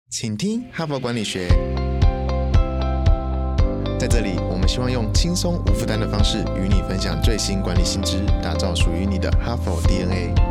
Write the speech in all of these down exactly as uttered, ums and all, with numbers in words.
请听哈佛管理学。在这里，我们希望用轻松无负担的方式与你分享最新管理新知，打造属于你的哈佛 D N A。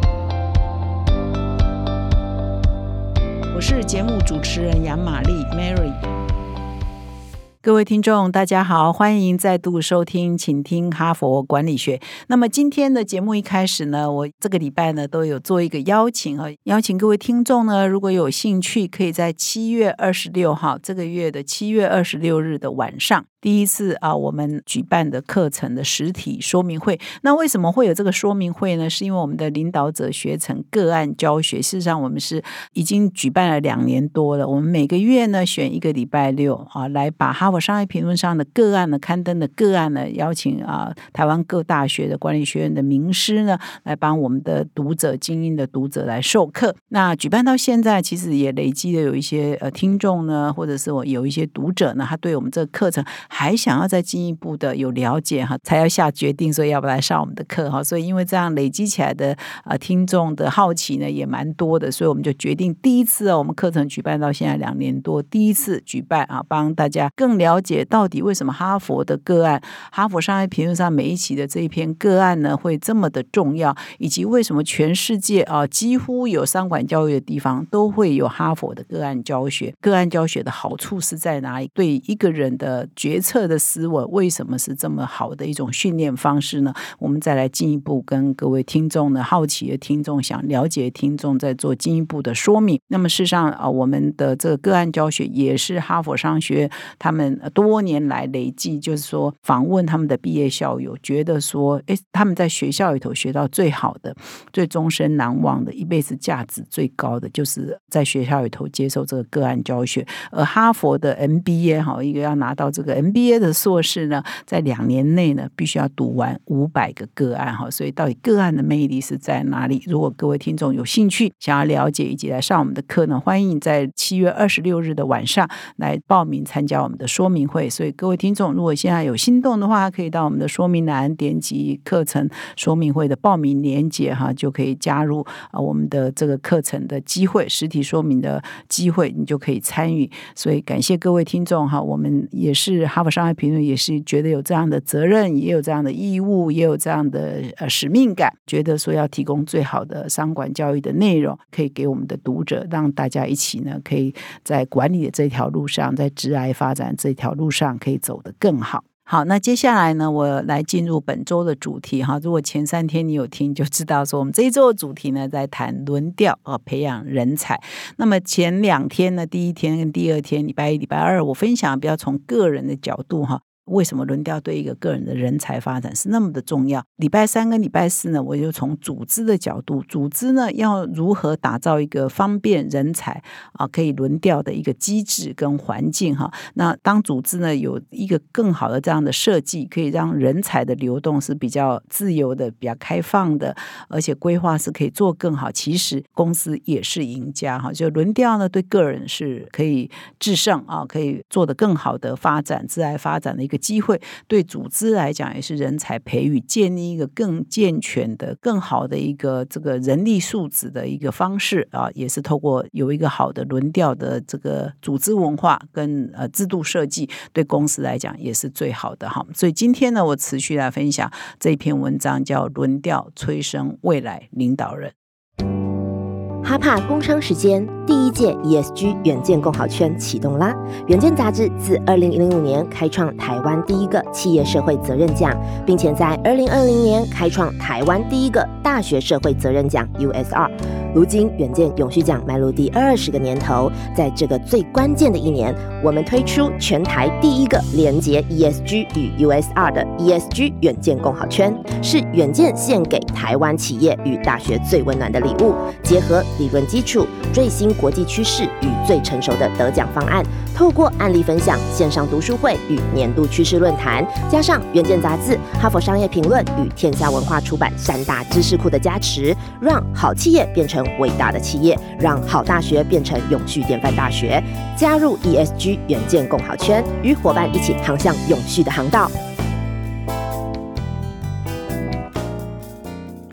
我是节目主持人杨玛丽 Mary。各位听众大家好，欢迎再度收听请听哈佛管理学。那么今天的节目一开始呢，我这个礼拜呢都有做一个邀请啊，邀请各位听众呢，如果有兴趣可以在七月二十六号这个月的七月二十六日的晚上，第一次啊我们举办的课程的实体说明会。那为什么会有这个说明会呢？是因为我们的领导者学程个案教学，事实上我们是已经举办了两年多了，我们每个月呢选一个礼拜六啊，来把哈佛商业评论上的个案呢，刊登的个案呢，邀请啊台湾各大学的管理学院的名师呢，来帮我们的读者精英的读者来授课。那举办到现在，其实也累积了有一些呃听众呢，或者是我有一些读者呢，他对我们这个课程还想要再进一步的有了解哈，才要下决定说要不要来上我们的课哈。所以因为这样累积起来的呃听众的好奇呢也蛮多的，所以我们就决定第一次啊，我们课程举办到现在两年多，第一次举办啊，帮大家更了解到底为什么哈佛的个案，哈佛商业评论上每一期的这一篇个案呢会这么的重要，以及为什么全世界啊几乎有商管教育的地方都会有哈佛的个案教学。个案教学的好处是在哪里？对一个人的决策的思维为什么是这么好的一种训练方式呢？我们再来进一步跟各位听众呢，好奇的听众想了解的听众再做进一步的说明。那么事实上啊，我们的这个个案教学也是哈佛商学院他们多年来累计，就是说访问他们的毕业校友，觉得说诶他们在学校里头学到最好的、最终身难忘的、一辈子价值最高的，就是在学校里头接受这个个案教学。而哈佛的 M B A 一个要拿到这个 M B A 的硕士呢，在两年内呢必须要读完五百个个案，所以到底个案的魅力是在哪里？如果各位听众有兴趣想要了解以及来上我们的课呢，欢迎在七月二十六日的晚上来报名参加我们的说明会。所以各位听众如果现在有心动的话，可以到我们的说明栏点击课程说明会的报名连结哈，就可以加入啊我们的这个课程的机会，实体说明的机会，你就可以参与。所以感谢各位听众哈，我们也是哈佛商业评论，也是觉得有这样的责任，也有这样的义务，也有这样的呃使命感，觉得说要提供最好的商管教育的内容，可以给我们的读者，让大家一起呢，可以在管理的这条路上，在职涯发展这条路上，可以走得更好。好，那接下来呢，我来进入本周的主题哈。如果前三天你有听，就知道说我们这一周的主题呢，在谈轮调啊，培养人才。那么前两天呢，第一天跟第二天，礼拜一、礼拜二，我分享比较从个人的角度哈。为什么轮调对一个个人的人才发展是那么的重要？礼拜三跟礼拜四呢，我就从组织的角度，组织呢要如何打造一个方便人才啊可以轮调的一个机制跟环境哈。那当组织呢有一个更好的这样的设计，可以让人才的流动是比较自由的、比较开放的，而且规划是可以做更好，其实公司也是赢家哈。就轮调呢对个人是可以制胜啊，可以做得更好的发展、自然发展的一个机会，对组织来讲也是人才培育，建立一个更健全的、更好的一个这个人力素质的一个方式啊，也是透过有一个好的轮调的这个组织文化跟呃制度设计，对公司来讲也是最好的哈。所以今天呢，我持续来分享这一篇文章，叫《轮调催生未来领导人》。 哈帕工商时间，第一届 E S G 远见共好圈启动啦！远见杂志自二零零五年开创台湾第一个企业社会责任奖，并且在二零二零年开创台湾第一个大学社会责任奖 U S R。如今远见永续奖迈入第二十个年头，在这个最关键的一年，我们推出全台第一个连结 E S G 与 U S R 的 E S G 远见共好圈，是远见献给台湾企业与大学最温暖的礼物，结合理论基础、最新国际趋势与最成熟的得奖方案，透过案例分享、线上读书会与年度趋势论坛，加上远见杂志、哈佛商业评论与天下文化出版三大知识库的加持，让好企业变成伟大的企业，让好大学变成永续典范大学。加入 E S G 远见共好圈，与伙伴一起航向永续的航道。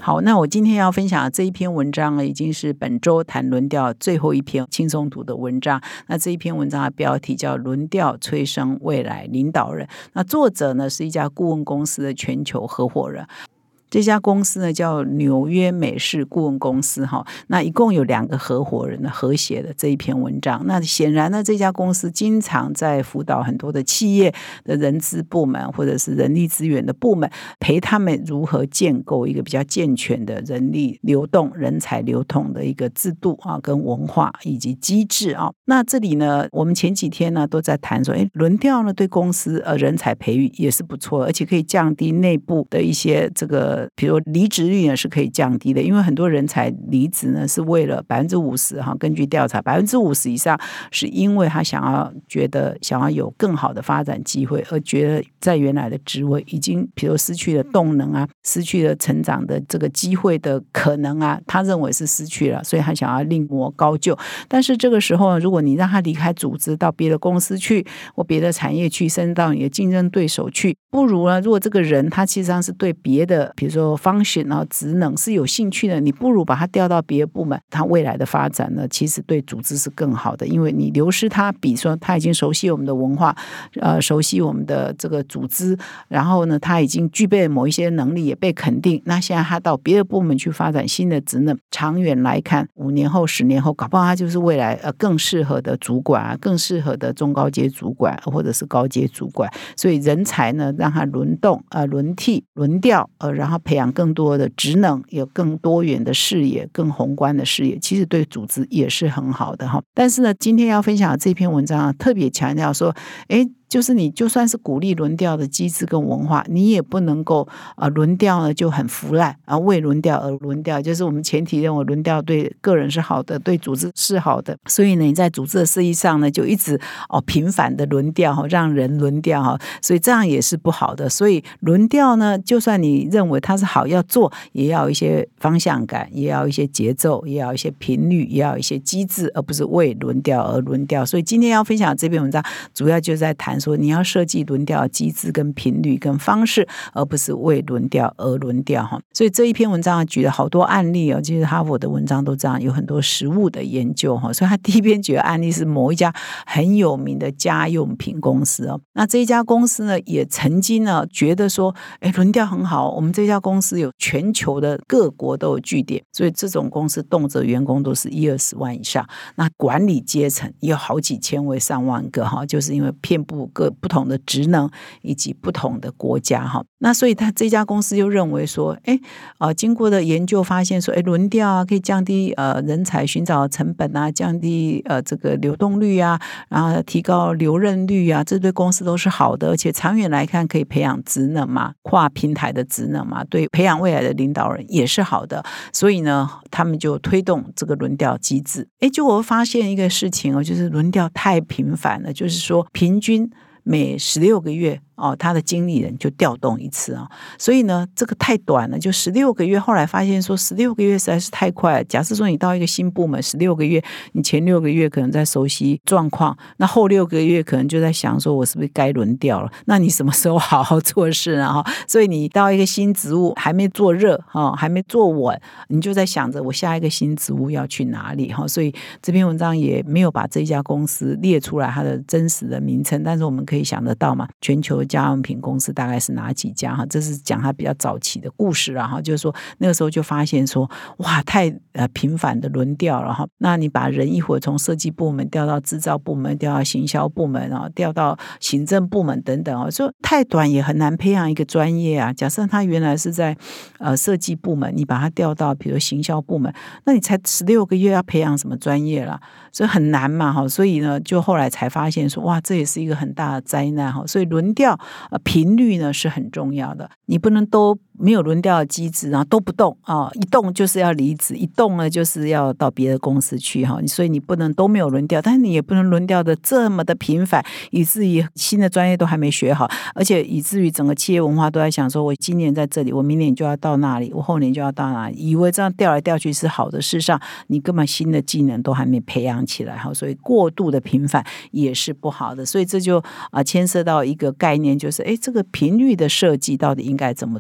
好，那我今天要分享的这一篇文章呢，已经是本周谈轮调最后一篇轻松读的文章。那这一篇文章的标题叫《轮调催生未来领导人》。那作者呢是一家顾问公司的全球合伙人。这家公司呢叫纽约美式顾问公司哈，那一共有两个合伙人的合写的这一篇文章。那显然呢，这家公司经常在辅导很多的企业的人资部门或者是人力资源的部门，陪他们如何建构一个比较健全的人力流动、人才流通的一个制度啊，跟文化以及机制啊。那这里呢，我们前几天呢都在谈说，哎，轮调呢对公司呃人才培育也是不错，而且可以降低内部的一些这个。比如离职率呢是可以降低的，因为很多人才离职呢是为了百分之五十哈，根据调查百分之五十以上是因为他想要觉得想要有更好的发展机会，而觉得在原来的职位已经比如失去了动能啊，失去了成长的这个机会的可能啊，他认为是失去了，所以他想要另谋高就。但是这个时候如果你让他离开组织到别的公司去或别的产业去，甚至到你的竞争对手去，不如呢，如果这个人他其实上是对别的比如说 function 然后职能是有兴趣的，你不如把他调到别的部门，他未来的发展呢其实对组织是更好的，因为你流失他，比如说他已经熟悉我们的文化呃，熟悉我们的这个组织，然后呢他已经具备某一些能力也被肯定，那现在他到别的部门去发展新的职能，长远来看五年后十年后搞不好他就是未来呃更适合的主管啊，更适合的中高阶主管或者是高阶主管。所以人才呢让他轮动呃轮替轮调呃，然后培养更多的职能，有更多元的视野，更宏观的视野，其实对组织也是很好的哈。但是呢，今天要分享的这篇文章啊，特别强调说，哎。就是你就算是鼓励轮调的机制跟文化，你也不能够啊、呃、轮调呢就很腐烂啊，为轮调而轮调。就是我们前提认为轮调对个人是好的，对组织是好的，所以呢你在组织的设计上呢就一直哦频繁的轮调，让人轮调哈，所以这样也是不好的。所以轮调呢，就算你认为它是好要做，也要有一些方向感，也要一些节奏，也要一些频率，也要一些机制，而不是为轮调而轮调。所以今天要分享这篇文章，主要就在谈。说你要设计轮调的机制跟频率跟方式，而不是为轮调而轮调哈。所以这一篇文章举了好多案例哦，其实哈佛的文章都这样，有很多实务的研究哈。所以他第一篇举的案例是某一家很有名的家用品公司哦。那这一家公司呢，也曾经呢觉得说，哎，轮调很好，我们这家公司有全球的各国都有据点，所以这种公司动辄员工都是一二十万以上，那管理阶层也有好几千位上万个哈，就是因为遍布各不同的职能以及不同的国家哈，那所以他这家公司就认为说，哎，呃，经过的研究发现说，哎，轮调啊可以降低呃人才寻找成本啊，降低呃这个流动率啊，然后提高留任率啊，这对公司都是好的，而且长远来看可以培养职能嘛，跨平台的职能嘛，对培养未来的领导人也是好的，所以呢，他们就推动这个轮调机制。哎，结果发现一个事情哦，就是轮调太频繁了，就是说平均每十六个月哦，他的经理人就调动一次啊、哦，所以呢，这个太短了，就十六个月。后来发现说，十六个月实在是太快了。假设说你到一个新部门，十六个月，你前六个月可能在熟悉状况，那后六个月可能就在想说，我是不是该轮调了？那你什么时候好好做事呢？哈，所以你到一个新职务还没做热哈，还没做稳，你就在想着我下一个新职务要去哪里哈。所以这篇文章也没有把这家公司列出来它的真实的名称，但是我们可以想得到嘛，全球家用品公司大概是哪几家哈？这是讲它比较早期的故事啦哈，就是说那个时候就发现说，哇，太呃频繁的轮调了哈。那你把人一会儿从设计部门调到制造部门，调到行销部门啊，调到行政部门等等哦，所以太短也很难培养一个专业啊。假设他原来是在呃设计部门，你把他调到比如行销部门，那你才十六个月要培养什么专业啦？所以很难嘛哈。所以呢，就后来才发现说，哇，这也是一个很大的灾难哈。所以轮调呃频率呢是很重要的，你不能都没有轮调的机制，然后都不动啊、哦，一动就是要离职，一动呢就是要到别的公司去哈，所以你不能都没有轮调，但是你也不能轮调的这么的频繁，以至于新的专业都还没学好，而且以至于整个企业文化都在想说，我今年在这里，我明年就要到那里，我后年就要到哪里，以为这样调来调去是好的，事实上你根本新的技能都还没培养起来哈，所以过度的频繁也是不好的，所以这就啊牵涉到一个概念，就是哎，这个频率的设计到底应该怎么做才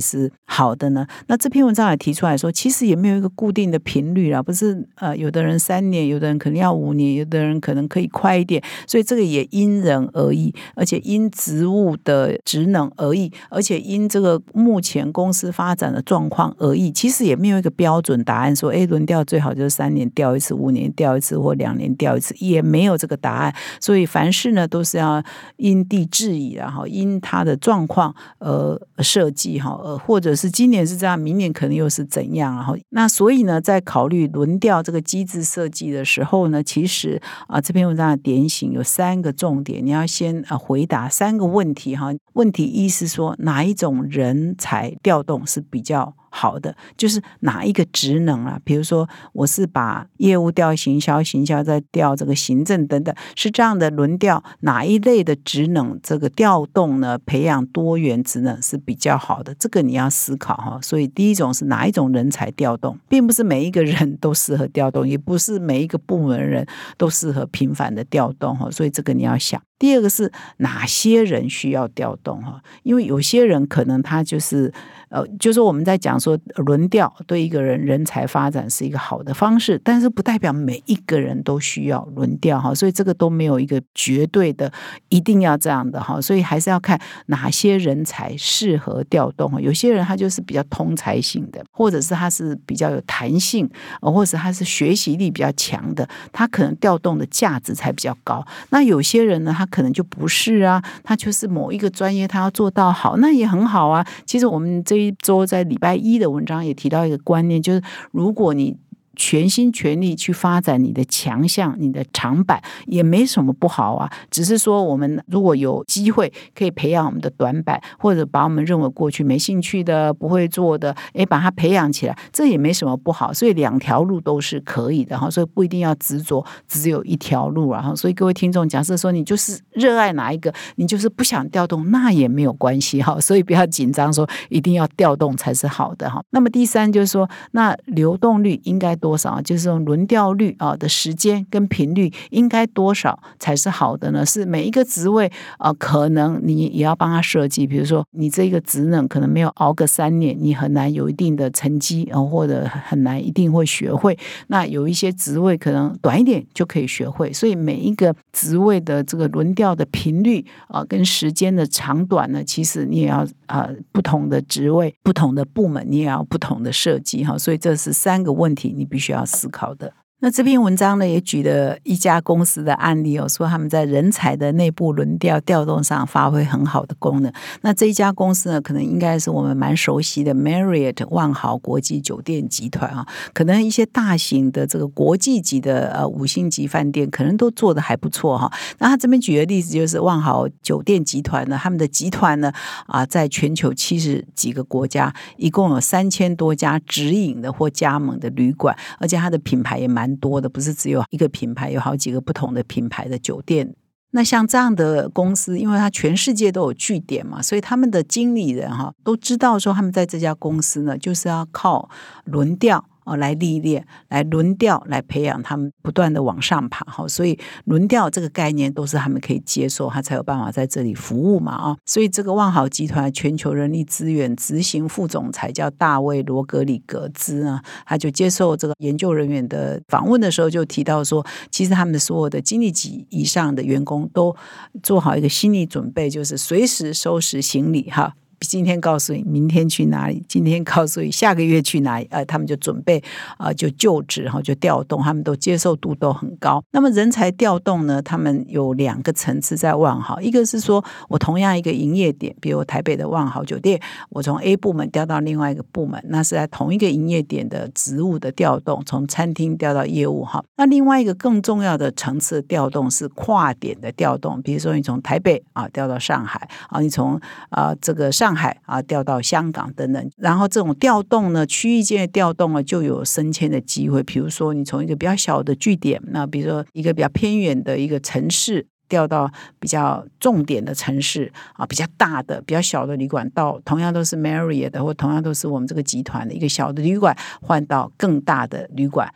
是好的呢？那这篇文章也提出来说，其实也没有一个固定的频率啦，不是呃，有的人三年，有的人可能要五年，有的人可能可以快一点，所以这个也因人而异，而且因职务的职能而异，而且因这个目前公司发展的状况而异。其实也没有一个标准答案说，哎，轮调最好就是三年调一次，五年调一次，或两年调一次，也没有这个答案。所以凡事呢，都是要因地制宜，然后因他的状况而设计哈，呃，或者是今年是这样，明年可能又是怎样，然后那所以呢，在考虑轮调这个机制设计的时候呢，其实啊、呃，这篇文章的点醒有三个重点，你要先啊、呃、回答三个问题哈。问题一是说，哪一种人才调动是比较好的，就是哪一个职能啊？比如说，我是把业务调行销，行销再调这个行政等等，是这样的轮调，哪一类的职能这个调动呢？培养多元职能是比较好的，这个你要思考哈。所以第一种是哪一种人才调动，并不是每一个人都适合调动，也不是每一个部门的人都适合频繁的调动哈。所以这个你要想。第二个是哪些人需要调动哈？因为有些人可能他就是呃，就是我们在讲说轮调对一个人人才发展是一个好的方式，但是不代表每一个人都需要轮调哈，所以这个都没有一个绝对的一定要这样的哈，所以还是要看哪些人才适合调动。有些人他就是比较通才型的，或者是他是比较有弹性，或者他是学习力比较强的，他可能调动的价值才比较高。那有些人呢，他可能就不是啊，他就是某一个专业他要做到好，那也很好啊。其实我们这一周在礼拜一的文章也提到一个观念，就是如果你全心全力去发展你的强项，你的长板也没什么不好啊，只是说我们如果有机会可以培养我们的短板，或者把我们认为过去没兴趣的不会做的，诶把它培养起来，这也没什么不好。所以两条路都是可以的，所以不一定要执着只有一条路。然后所以各位听众，假设说你就是热爱哪一个，你就是不想调动，那也没有关系，所以不要紧张说一定要调动才是好的。那么第三就是说，那流动率应该多少，就是用轮调率啊的时间跟频率应该多少才是好的呢？是每一个职位啊，可能你也要帮他设计，比如说你这个职能可能没有熬个三年，你很难有一定的成绩啊，或者很难一定会学会。那有一些职位可能短一点就可以学会，所以每一个职位的这个轮调的频率啊跟时间的长短呢，其实你也要啊不同的职位、不同的部门，你也要不同的设计哈。所以这是三个问题，你必须要思考的。那这篇文章呢，也举了一家公司的案例哦，说他们在人才的内部轮调调动上发挥很好的功能。那这一家公司呢，可能应该是我们蛮熟悉的 Marriott 万豪国际酒店集团啊，可能一些大型的这个国际级的呃五星级饭店，可能都做得还不错哈。那他这边举的例子就是万豪酒店集团呢，他们的集团呢啊，在全球七十几个国家，一共有三千多家直营的或加盟的旅馆，而且它的品牌也蛮多的，不是只有一个品牌，有好几个不同的品牌的酒店。那像这样的公司，因为它全世界都有据点嘛，所以他们的经理人哈都知道说，他们在这家公司呢，就是要靠轮调哦，来历练，来轮调，来培养他们不断的往上爬哈，所以轮调这个概念都是他们可以接受，他才有办法在这里服务嘛啊。所以这个万豪集团全球人力资源执行副总裁叫大卫罗格里格兹啊，他就接受这个研究人员的访问的时候就提到说，其实他们的所有的经理级以上的员工都做好一个心理准备，就是随时收拾行李哈。今天告诉你明天去哪里，今天告诉你下个月去哪里，呃，他们就准备呃就就职哈，就调动，他们都接受度都很高。那么人才调动呢，他们有两个层次在万豪，一个是说我同样一个营业点，比如台北的万豪酒店，我从 A 部门调到另外一个部门，那是在同一个营业点的职务的调动，从餐厅调到业务哈。那另外一个更重要的层次的调动是跨点的调动，比如说你从台北啊调到上海啊，你从啊这个上海海啊，调到香港等等，然后这种调动呢，区域间的调动呢，就有升迁的机会。比如说，你从一个比较小的据点，那比如说一个比较偏远的一个城市，调到比较重点的城市啊，比较大的、比较小的旅馆，到同样都是 Marriott 的，或同样都是我们这个集团的一个小的旅馆，换到更大的旅馆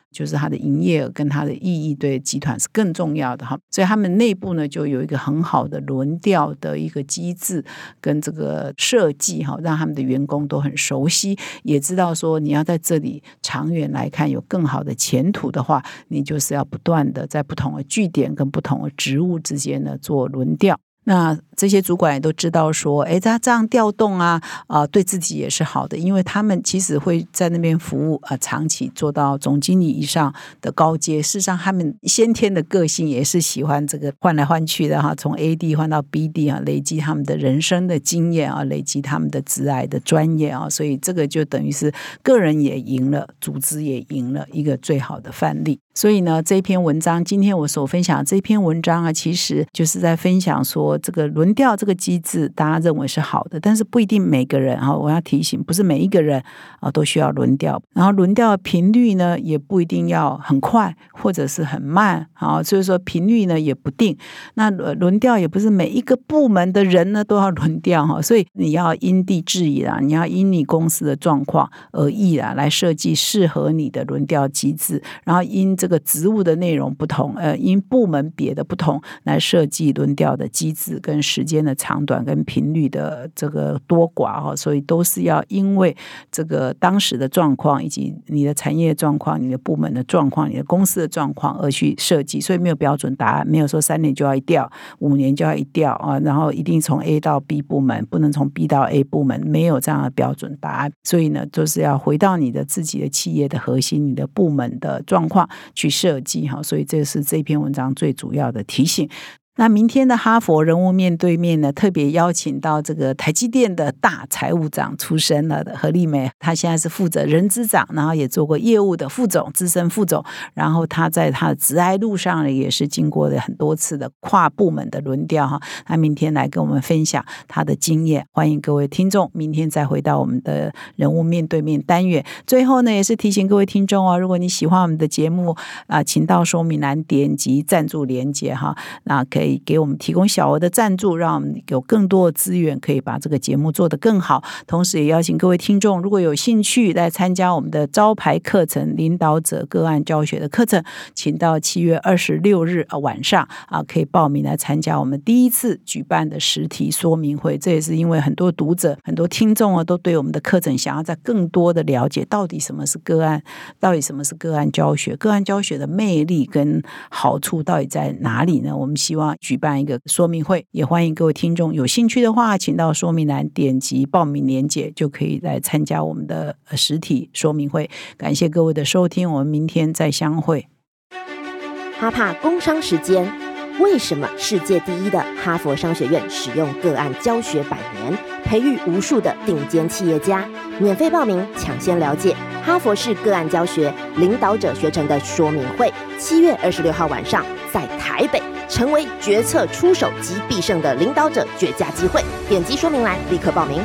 就是它的营业额跟它的意义对集团是更重要的哈。所以他们内部呢就有一个很好的轮调的一个机制跟这个设计哈，让他们的员工都很熟悉，也知道说你要在这里长远来看有更好的前途的话，你就是要不断的在不同的据点跟不同的职务之间呢做轮调。那这些主管也都知道说，哎，他这样调动啊，啊、呃，对自己也是好的，因为他们其实会在那边服务啊、呃，长期做到总经理以上的高阶。事实上，他们先天的个性也是喜欢这个换来换去的哈，从 A D 换到 B D 啊，累积他们的人生的经验啊，累积他们的职涯的专业啊，所以这个就等于是个人也赢了，组织也赢了，一个最好的范例。所以呢，这篇文章，今天我所分享的这篇文章啊，其实就是在分享说，这个轮调这个机制，大家认为是好的，但是不一定每个人啊，我要提醒，不是每一个人啊都需要轮调。然后轮调的频率呢，也不一定要很快或者是很慢啊，所以说频率呢也不定。那轮调也不是每一个部门的人呢都要轮调哈，所以你要因地制宜啦，你要因你公司的状况而异啦，来设计适合你的轮调机制，然后因这个职务的内容不同，呃，因部门别的不同来设计轮调的机制跟时间的长短跟频率的这个多寡哈，所以都是要因为这个当时的状况以及你的产业状况、你的部门的状况、你的公司的状况而去设计，所以没有标准答案，没有说三年就要一调，五年就要一调啊，然后一定从 A 到 B 部门，不能从 B 到 A 部门，没有这样的标准答案。所以呢，就是要回到你的自己的企业的核心、你的部门的状况去设计哈，所以这是这篇文章最主要的提醒。那明天的哈佛人物面对面呢，特别邀请到这个台积电的大财务长出身了的何丽梅，她现在是负责人资长，然后也做过业务的副总、资深副总，然后她在她的职涯路上呢，也是经过了很多次的跨部门的轮调哈。她明天来跟我们分享她的经验，欢迎各位听众明天再回到我们的人物面对面单元。最后呢，也是提醒各位听众哦，如果你喜欢我们的节目啊、呃，请到说明栏点击赞助连结哈，那可以给我们提供小额的赞助，让我们有更多的资源可以把这个节目做得更好。同时也邀请各位听众，如果有兴趣来参加我们的招牌课程领导者个案教学的课程，请到七月二十六日晚上啊，可以报名来参加我们第一次举办的实体说明会。这也是因为很多读者、很多听众啊，都对我们的课程想要在更多的了解，到底什么是个案，到底什么是个案教学，个案教学的魅力跟好处到底在哪里呢？我们希望举办一个说明会，也欢迎各位听众有兴趣的话，请到说明栏点击报名连结，就可以来参加我们的实体说明会。感谢各位的收听，我们明天再相会。 哈帕工商时间，为什么世界第一的哈佛商学院使用个案教学百年，培育无数的顶尖企业家？免费报名，抢先了解哈佛式个案教学领导者学程的说明会，七月二十六号晚上在台北，成为决策出手即必胜的领导者绝佳机会。点击说明栏立刻报名。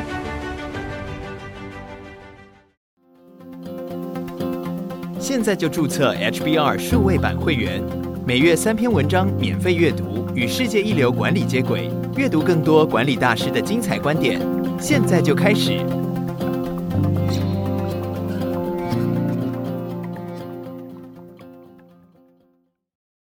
现在就注册 H B R 数位版会员，每月三篇文章免费阅读，与世界一流管理接轨，阅读更多管理大师的精彩观点。现在就开始。